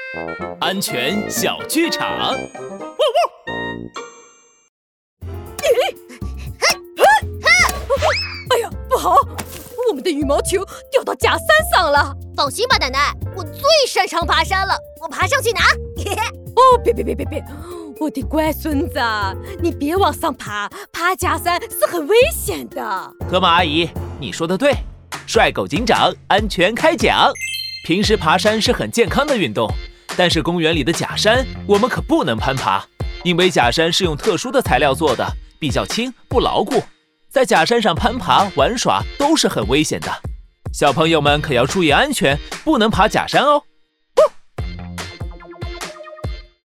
安全小剧场。汪汪！ 哎呀，不好！我们的羽毛球掉到假山上了。 放心吧，奶奶，我最擅长爬山了，我爬上去拿。 哦，别！我的乖孙子，你别往上爬，爬假山是很危险的。 河马阿姨，你说的对，帅狗警长安全开讲。平时爬山是很健康的运动，但是公园里的假山我们可不能攀爬，因为假山是用特殊的材料做的，比较轻，不牢固。在假山上攀爬玩耍都是很危险的，小朋友们可要注意安全，不能爬假山哦。